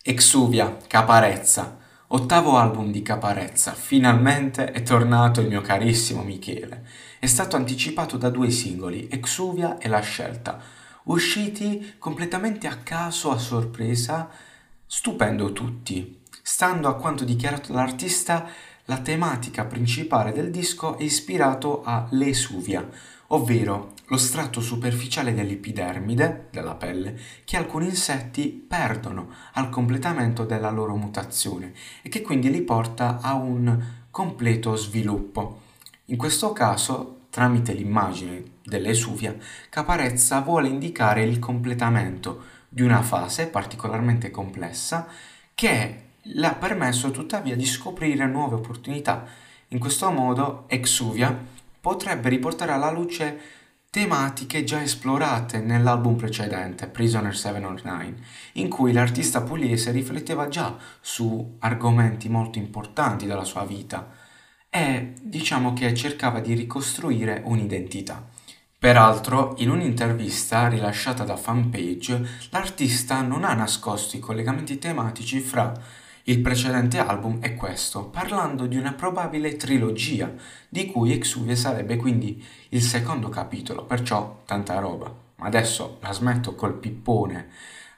Exuvia, Caparezza, ottavo album di Caparezza, finalmente è tornato il mio carissimo Michele. È stato anticipato da due singoli, Exuvia e La Scelta, usciti completamente a caso, a sorpresa, stupendo tutti. Stando a quanto dichiarato dall'artista, la tematica principale del disco è ispirato a l'esuvia, ovvero lo strato superficiale dell'epidermide, della pelle, che alcuni insetti perdono al completamento della loro mutazione e che quindi li porta a un completo sviluppo. In questo caso, tramite l'immagine dell'esuvia, Caparezza vuole indicare il completamento di una fase particolarmente complessa che le ha permesso tuttavia di scoprire nuove opportunità. In questo modo, Exuvia potrebbe riportare alla luce tematiche già esplorate nell'album precedente, Prisoner 709, in cui l'artista pugliese rifletteva già su argomenti molto importanti della sua vita e diciamo che cercava di ricostruire un'identità. Peraltro, in un'intervista rilasciata da Fanpage, l'artista non ha nascosto i collegamenti tematici fra il precedente album e questo, parlando di una probabile trilogia, di cui Exuvia sarebbe quindi il secondo capitolo, perciò tanta roba. Ma adesso la smetto col pippone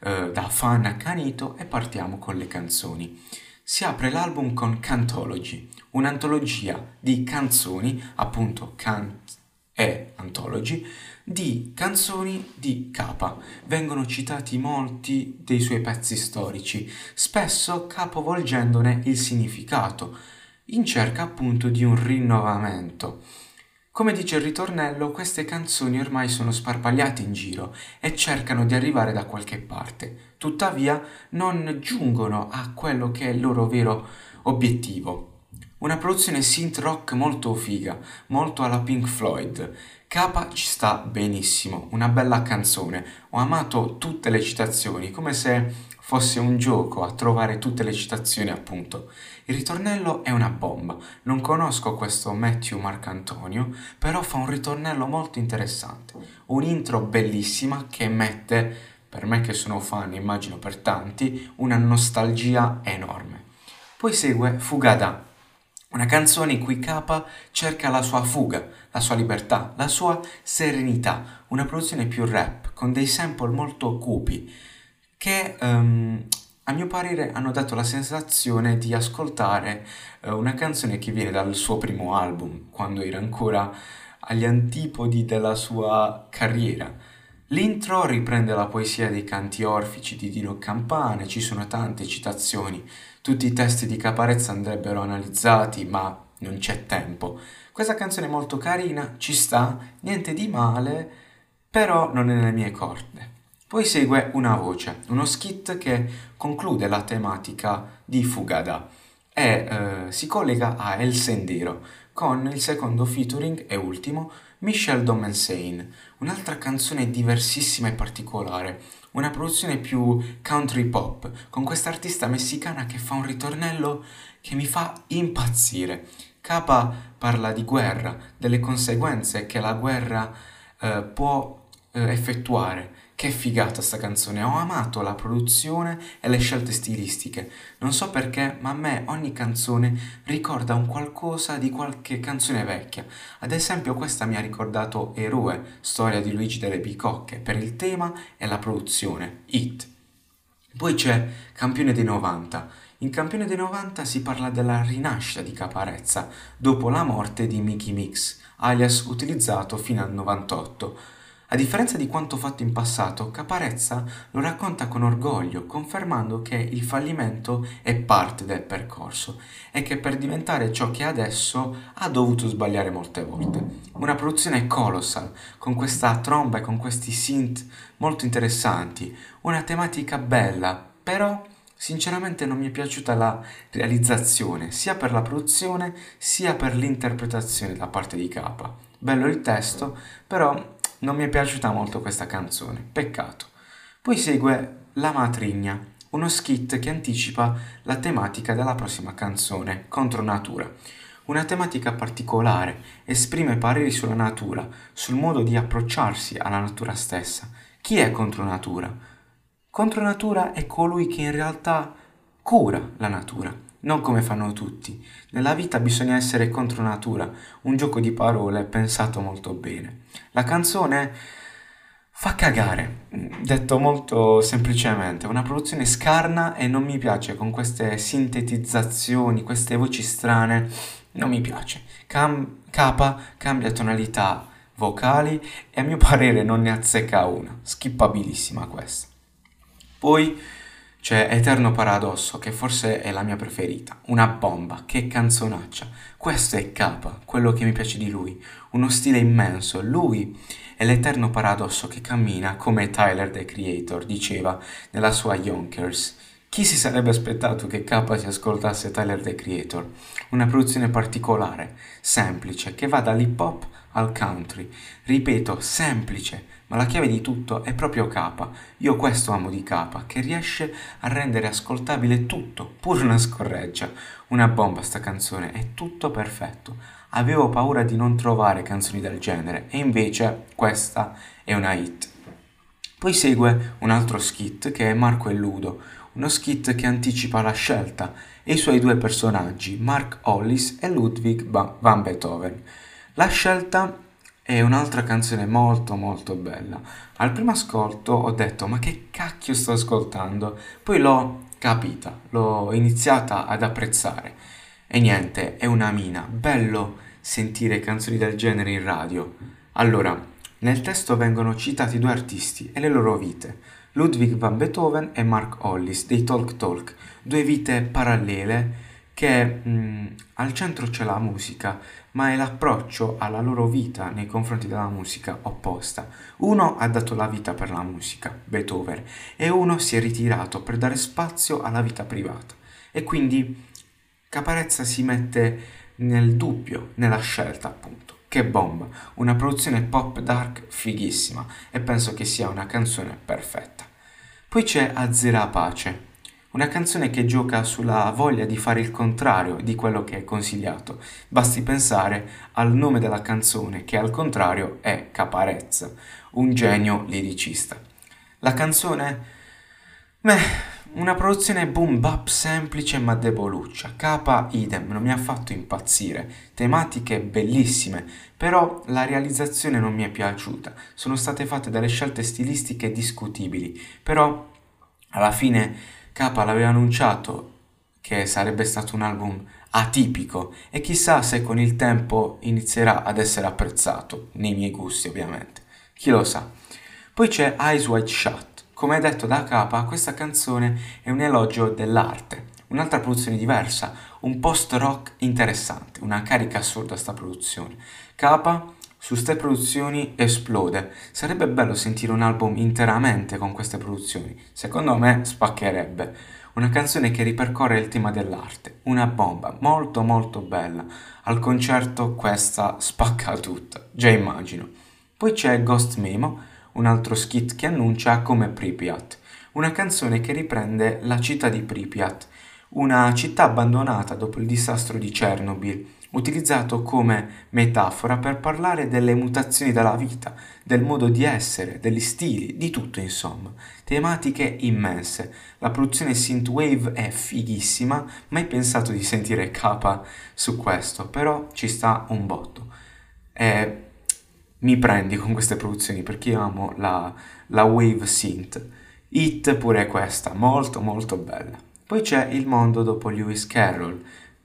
da fan accanito e partiamo con le canzoni. Si apre l'album con Cantology, un'antologia di canzoni, appunto Cant e Anthology, di canzoni di Capa. Vengono citati molti dei suoi pezzi storici, spesso capovolgendone il significato, in cerca appunto di un rinnovamento. Come dice il ritornello, queste canzoni ormai sono sparpagliate in giro e cercano di arrivare da qualche parte, tuttavia non giungono a quello che è il loro vero obiettivo. Una produzione synth rock molto figa, molto alla Pink Floyd. Kappa ci sta benissimo, una bella canzone. Ho amato tutte le citazioni, come se fosse un gioco a trovare tutte le citazioni, appunto. Il ritornello è una bomba. Non conosco questo Matthew Marcantonio, però fa un ritornello molto interessante. Un'intro bellissima che mette, per me che sono fan, immagino per tanti, una nostalgia enorme. Poi segue Fugada, una canzone in cui Kappa cerca la sua fuga, la sua libertà, la sua serenità, una produzione più rap, con dei sample molto cupi, che a mio parere hanno dato la sensazione di ascoltare una canzone che viene dal suo primo album, quando era ancora agli antipodi della sua carriera. L'intro riprende la poesia dei canti orfici di Dino Campane, ci sono tante citazioni, tutti i testi di Caparezza andrebbero analizzati, ma non c'è tempo. Questa canzone è molto carina, ci sta, niente di male, però non è nelle mie corde. Poi segue una voce, uno skit che conclude la tematica di Fugada e si collega a El Sendero con il secondo featuring e ultimo Michel Domensein, un'altra canzone diversissima e particolare, una produzione più country pop, con questa artista messicana che fa un ritornello che mi fa impazzire. Capa parla di guerra, delle conseguenze che la guerra può effettuare. Che figata sta canzone, ho amato la produzione e le scelte stilistiche. Non so perché, ma a me ogni canzone ricorda un qualcosa di qualche canzone vecchia. Ad esempio questa mi ha ricordato Eroe, storia di Luigi delle Bicocche, per il tema e la produzione, Hit. Poi c'è Campione dei 90. In Campione dei 90 si parla della rinascita di Caparezza dopo la morte di Mickey Mix, alias utilizzato fino al 98. A differenza di quanto fatto in passato, Caparezza lo racconta con orgoglio, confermando che il fallimento è parte del percorso e che per diventare ciò che è adesso ha dovuto sbagliare molte volte. Una produzione colossal, con questa tromba e con questi synth molto interessanti, una tematica bella, però sinceramente non mi è piaciuta la realizzazione, sia per la produzione sia per l'interpretazione da parte di Capa. Bello il testo, però non mi è piaciuta molto questa canzone, peccato. Poi segue La Matrigna, uno skit che anticipa la tematica della prossima canzone, Contro Natura. Una tematica particolare, esprime pareri sulla natura, sul modo di approcciarsi alla natura stessa. Chi è contro natura? Contro natura è colui che in realtà cura la natura, non come fanno tutti. Nella vita bisogna essere contro natura, un gioco di parole pensato molto bene. La canzone fa cagare, detto molto semplicemente, è una produzione scarna e non mi piace con queste sintetizzazioni, queste voci strane, non mi piace. Capa cambia tonalità vocali e a mio parere non ne azzecca una, skippabilissima questa. Poi c'è Eterno Paradosso, che forse è la mia preferita. Una bomba, che canzonaccia. Questo è Kappa, quello che mi piace di lui. Uno stile immenso. Lui è l'eterno paradosso che cammina come Tyler, the Creator, diceva nella sua Yonkers. Chi si sarebbe aspettato che Kappa si ascoltasse Tyler, the Creator? Una produzione particolare, semplice, che va dall'hip hop al country. Ripeto, semplice, ma la chiave di tutto è proprio Kappa. Io questo amo di Kappa, che riesce a rendere ascoltabile tutto, pur una scorreggia. Una bomba sta canzone, è tutto perfetto. Avevo paura di non trovare canzoni del genere e invece questa è una hit. Poi segue un altro skit che è Marco e Ludo, uno skit che anticipa la scelta e i suoi due personaggi, Mark Hollis e Ludwig van Beethoven. La scelta è un'altra canzone molto molto bella. Al primo ascolto ho detto ma che cacchio sto ascoltando? Poi l'ho capita, l'ho iniziata ad apprezzare. E niente, è una mina, bello sentire canzoni del genere in radio. Allora, nel testo vengono citati due artisti e le loro vite, Ludwig van Beethoven e Mark Hollis dei Talk Talk, due vite parallele che al centro c'è la musica, ma è l'approccio alla loro vita nei confronti della musica opposta. Uno ha dato la vita per la musica, Beethoven, e uno si è ritirato per dare spazio alla vita privata. E quindi Caparezza si mette nel dubbio, nella scelta appunto. Che bomba, una produzione pop dark fighissima e penso che sia una canzone perfetta. Poi c'è Azzera Pace, una canzone che gioca sulla voglia di fare il contrario di quello che è consigliato. Basti pensare al nome della canzone che al contrario è Caparezza, un genio liricista. La canzone? Beh, una produzione boom bap semplice ma deboluccia. Capa idem, non mi ha fatto impazzire. Tematiche bellissime, però la realizzazione non mi è piaciuta. Sono state fatte delle scelte stilistiche discutibili, però alla fine Capa l'aveva annunciato che sarebbe stato un album atipico e chissà se con il tempo inizierà ad essere apprezzato, nei miei gusti ovviamente. Chi lo sa. Poi c'è Eyes Wide Shut. Come detto da Capa, questa canzone è un elogio dell'arte, un'altra produzione diversa, un post-rock interessante, una carica assurda sta produzione. Capa su ste produzioni esplode. Sarebbe bello sentire un album interamente con queste produzioni. Secondo me spaccherebbe. Una canzone che ripercorre il tema dell'arte, una bomba, molto molto bella. Al concerto questa spacca tutta, già immagino. Poi c'è Ghost Memo, un altro skit che annuncia come Pripyat, una canzone che riprende la città di Pripyat, una città abbandonata dopo il disastro di Chernobyl, utilizzato come metafora per parlare delle mutazioni della vita, del modo di essere, degli stili, di tutto insomma. Tematiche immense. La produzione synthwave è fighissima, mai pensato di sentire K su questo, però ci sta un botto. E mi prendi con queste produzioni perché io amo la wave synth. Hit pure questa, molto molto bella. Poi c'è Il mondo dopo Lewis Carroll,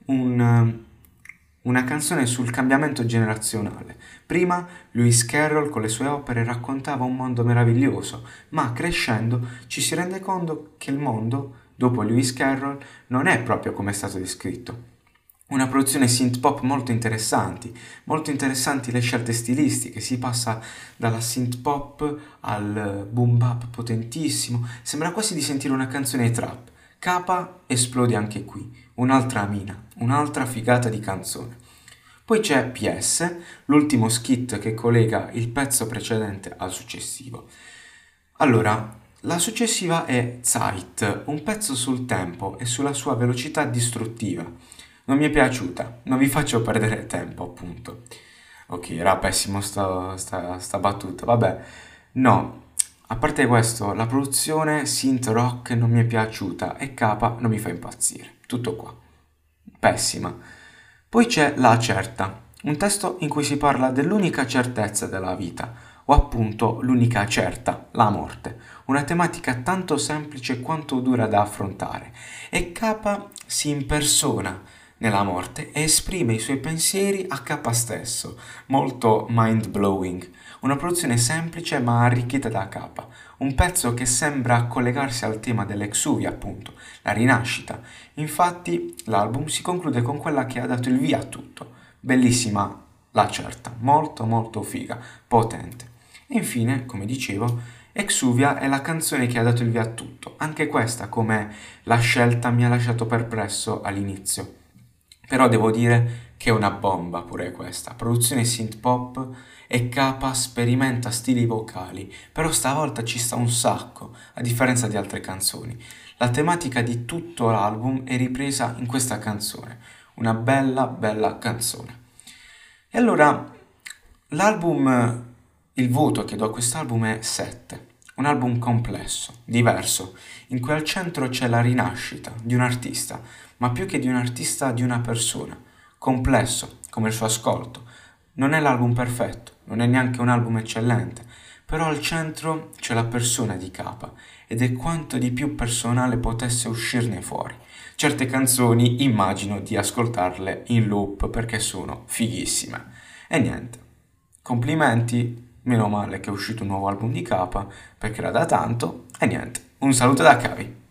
una canzone sul cambiamento generazionale. Prima Lewis Carroll con le sue opere raccontava un mondo meraviglioso, ma crescendo ci si rende conto che il mondo, dopo Lewis Carroll, non è proprio come è stato descritto. Una produzione synth pop molto interessanti le scelte stilistiche, si passa dalla synth pop al boom bap potentissimo, sembra quasi di sentire una canzone trap. Capa esplode anche qui, un'altra mina, un'altra figata di canzone. Poi c'è PS, l'ultimo skit che collega il pezzo precedente al successivo. Allora, la successiva è Zeit, un pezzo sul tempo e sulla sua velocità distruttiva. Non mi è piaciuta, non vi faccio perdere tempo, appunto. Ok, era pessimo sta battuta, vabbè. No, A parte questo, la produzione synth rock non mi è piaciuta e K non mi fa impazzire. Tutto qua. Pessima. Poi c'è La Certa, un testo in cui si parla dell'unica certezza della vita, o appunto l'unica certa, la morte, una tematica tanto semplice quanto dura da affrontare, e K si impersona nella morte e esprime i suoi pensieri a K stesso, molto mind-blowing, una produzione semplice ma arricchita da K, un pezzo che sembra collegarsi al tema dell'Exuvia, appunto, la rinascita. Infatti l'album si conclude con quella che ha dato il via a tutto. Bellissima La Certa, molto molto figa, potente. E infine, come dicevo, Exuvia è la canzone che ha dato il via a tutto. Anche questa, come la scelta, mi ha lasciato perplesso all'inizio. Però devo dire che è una bomba pure questa. Produzione synth pop e K sperimenta stili vocali, però stavolta ci sta un sacco, a differenza di altre canzoni. La tematica di tutto l'album è ripresa in questa canzone, una bella bella canzone. E allora l'album, il voto che do a quest'album è 7. Un album complesso, diverso, in cui al centro c'è la rinascita di un artista, ma più che di un artista, di una persona. Complesso, come il suo ascolto. Non è l'album perfetto, non è neanche un album eccellente, però al centro c'è la persona di K ed è quanto di più personale potesse uscirne fuori. Certe canzoni immagino di ascoltarle in loop perché sono fighissime. E niente, complimenti, meno male che è uscito un nuovo album di K perché era da tanto, e niente, un saluto da Cavi.